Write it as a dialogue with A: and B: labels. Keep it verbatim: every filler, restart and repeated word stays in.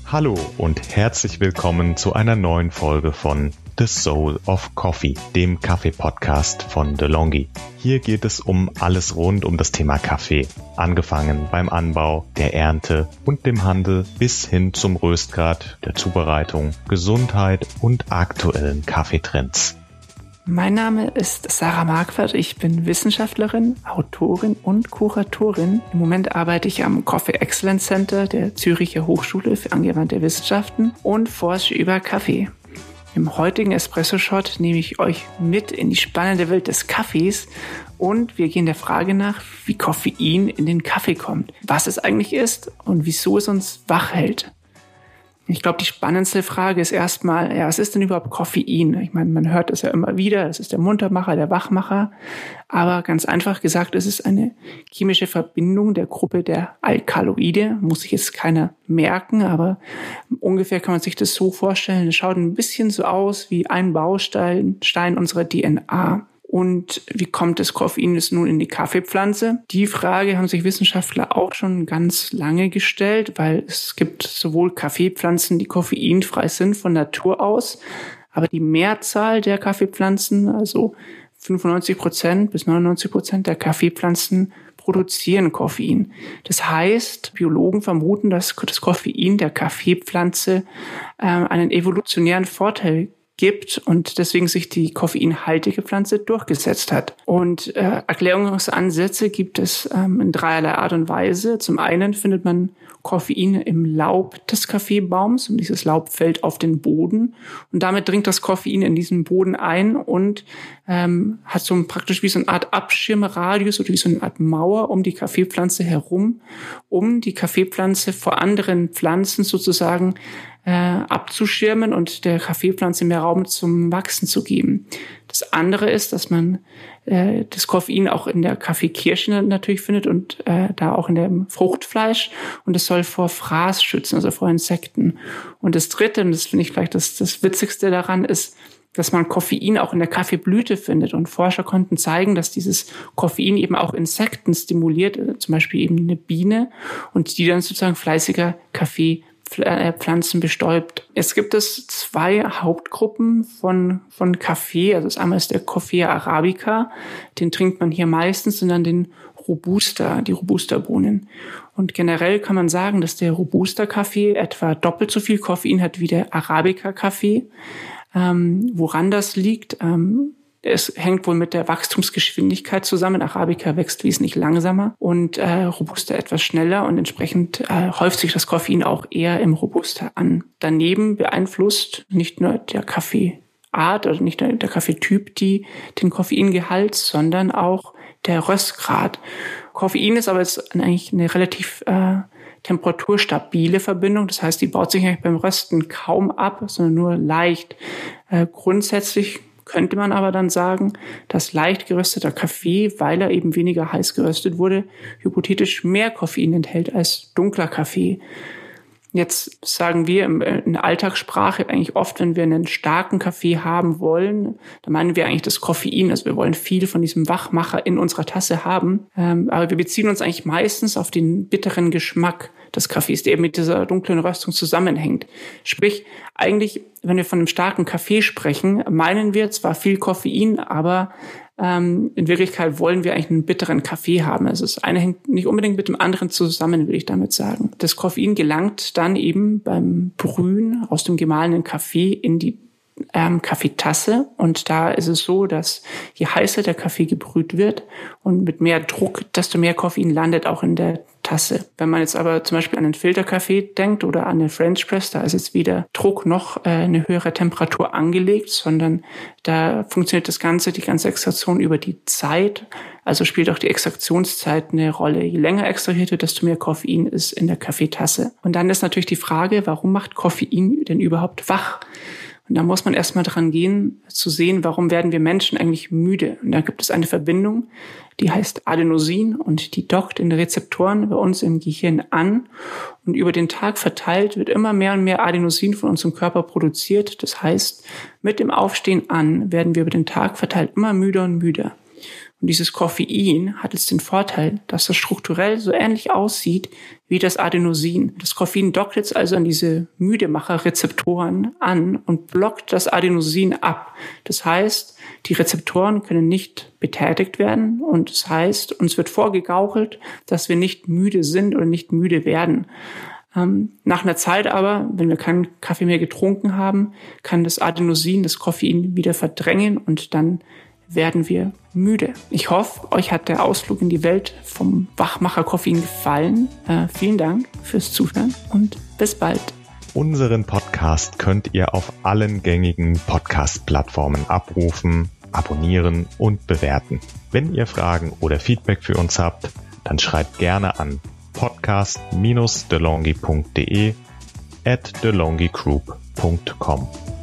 A: Hallo und herzlich willkommen zu einer neuen Folge von The Soul of Coffee, dem Kaffee-Podcast von DeLonghi. Hier geht es um alles rund um das Thema Kaffee, angefangen beim Anbau, der Ernte und dem Handel bis hin zum Röstgrad, der Zubereitung, Gesundheit und aktuellen Kaffeetrends.
B: Mein Name ist Sarah Marquardt, ich bin Wissenschaftlerin, Autorin und Kuratorin. Im Moment arbeite ich am Coffee Excellence Center der Züricher Hochschule für angewandte Wissenschaften und forsche über Kaffee. Im heutigen Espresso-Shot nehme ich euch mit in die spannende Welt des Kaffees und wir gehen der Frage nach, wie Koffein in den Kaffee kommt, was es eigentlich ist und wieso es uns wach hält. Ich glaube, die spannendste Frage ist erstmal, ja, was ist denn überhaupt Koffein? Ich meine, man hört es ja immer wieder, es ist der Muntermacher, der Wachmacher. Aber ganz einfach gesagt, es ist eine chemische Verbindung der Gruppe der Alkaloide. Muss sich jetzt keiner merken, aber ungefähr kann man sich das so vorstellen. Es schaut ein bisschen so aus wie ein Baustein Stein unserer D N A. Und wie kommt das Koffein jetzt nun in die Kaffeepflanze? Die Frage haben sich Wissenschaftler auch schon ganz lange gestellt, weil es gibt sowohl Kaffeepflanzen, die koffeinfrei sind von Natur aus, aber die Mehrzahl der Kaffeepflanzen, also fünfundneunzig Prozent bis neunundneunzig Prozent der Kaffeepflanzen produzieren Koffein. Das heißt, Biologen vermuten, dass das Koffein der Kaffeepflanze äh, einen evolutionären Vorteil gibt und deswegen sich die koffeinhaltige Pflanze durchgesetzt hat. Und äh, Erklärungsansätze gibt es ähm, in dreierlei Art und Weise. Zum einen findet man Koffein im Laub des Kaffeebaums und dieses Laub fällt auf den Boden und damit dringt das Koffein in diesen Boden ein und ähm, hat so praktisch wie so eine Art Abschirmradius oder wie so eine Art Mauer um die Kaffeepflanze herum, um die Kaffeepflanze vor anderen Pflanzen sozusagen äh, abzuschirmen und der Kaffeepflanze mehr Raum zum Wachsen zu geben. Das andere ist, dass man äh, das Koffein auch in der Kaffeekirsche natürlich findet und äh, da auch in dem Fruchtfleisch und es soll vor Fraß schützen, also vor Insekten. Und das dritte, und das finde ich vielleicht das, das Witzigste daran, ist, dass man Koffein auch in der Kaffeeblüte findet. Und Forscher konnten zeigen, dass dieses Koffein eben auch Insekten stimuliert, zum Beispiel eben eine Biene, und die dann sozusagen fleißiger Kaffee Pflanzen bestäubt. Es gibt es zwei Hauptgruppen von von Kaffee. Also das einmal ist der Coffea arabica, den trinkt man hier meistens, und dann den Robusta, die Robusta-Bohnen. Und generell kann man sagen, dass der Robusta-Kaffee etwa doppelt so viel Koffein hat wie der Arabica-Kaffee. Ähm, woran das liegt? Ähm, Es hängt wohl mit der Wachstumsgeschwindigkeit zusammen. Arabica wächst wesentlich langsamer und äh, Robusta etwas schneller und entsprechend äh, häuft sich das Koffein auch eher im Robusta an. Daneben beeinflusst nicht nur der Kaffeeart oder nicht nur der Kaffeetyp die den Koffeingehalt, sondern auch der Röstgrad. Koffein ist aber jetzt eigentlich eine relativ äh, temperaturstabile Verbindung. Das heißt, die baut sich eigentlich beim Rösten kaum ab, sondern nur leicht. Äh, grundsätzlich könnte man aber dann sagen, dass leicht gerösteter Kaffee, weil er eben weniger heiß geröstet wurde, hypothetisch mehr Koffein enthält als dunkler Kaffee. Jetzt sagen wir in der Alltagssprache eigentlich oft, wenn wir einen starken Kaffee haben wollen, dann meinen wir eigentlich das Koffein. Also wir wollen viel von diesem Wachmacher in unserer Tasse haben. Aber wir beziehen uns eigentlich meistens auf den bitteren Geschmack des Kaffees, der eben mit dieser dunklen Röstung zusammenhängt. Sprich, eigentlich, wenn wir von einem starken Kaffee sprechen, meinen wir zwar viel Koffein, aber ähm, in Wirklichkeit wollen wir eigentlich einen bitteren Kaffee haben. Also das eine hängt nicht unbedingt mit dem anderen zusammen, würde ich damit sagen. Das Koffein gelangt dann eben beim Brühen aus dem gemahlenen Kaffee in die ähm, Kaffeetasse. Und da ist es so, dass je heißer der Kaffee gebrüht wird und mit mehr Druck, desto mehr Koffein landet auch in der Tasse. Wenn man jetzt aber zum Beispiel an den Filterkaffee denkt oder an den French Press, da ist jetzt weder Druck noch äh, eine höhere Temperatur angelegt, sondern da funktioniert das Ganze, die ganze Extraktion über die Zeit. Also spielt auch die Extraktionszeit eine Rolle. Je länger extrahiert wird, desto mehr Koffein ist in der Kaffeetasse. Und dann ist natürlich die Frage, warum macht Koffein denn überhaupt wach? Und da muss man erstmal dran gehen, zu sehen, warum werden wir Menschen eigentlich müde. Und da gibt es eine Verbindung, die heißt Adenosin und die dockt in Rezeptoren bei uns im Gehirn an. Und über den Tag verteilt wird immer mehr und mehr Adenosin von unserem Körper produziert. Das heißt, mit dem Aufstehen an werden wir über den Tag verteilt immer müder und müder. Und dieses Koffein hat jetzt den Vorteil, dass es strukturell so ähnlich aussieht wie das Adenosin. Das Koffein dockt jetzt also an diese Müdemacher-Rezeptoren an und blockt das Adenosin ab. Das heißt, die Rezeptoren können nicht betätigt werden und das heißt, uns wird vorgegaukelt, dass wir nicht müde sind oder nicht müde werden. Ähm, nach einer Zeit aber, wenn wir keinen Kaffee mehr getrunken haben, kann das Adenosin das Koffein wieder verdrängen und dann werden wir müde. Ich hoffe, euch hat der Ausflug in die Welt vom Wachmacher-Koffein gefallen. Äh, vielen Dank fürs Zuhören und bis bald.
A: Unseren Podcast könnt ihr auf allen gängigen Podcast-Plattformen abrufen, abonnieren und bewerten. Wenn ihr Fragen oder Feedback für uns habt, dann schreibt gerne an podcast dash delonghi punkt de at delonghi group punkt com.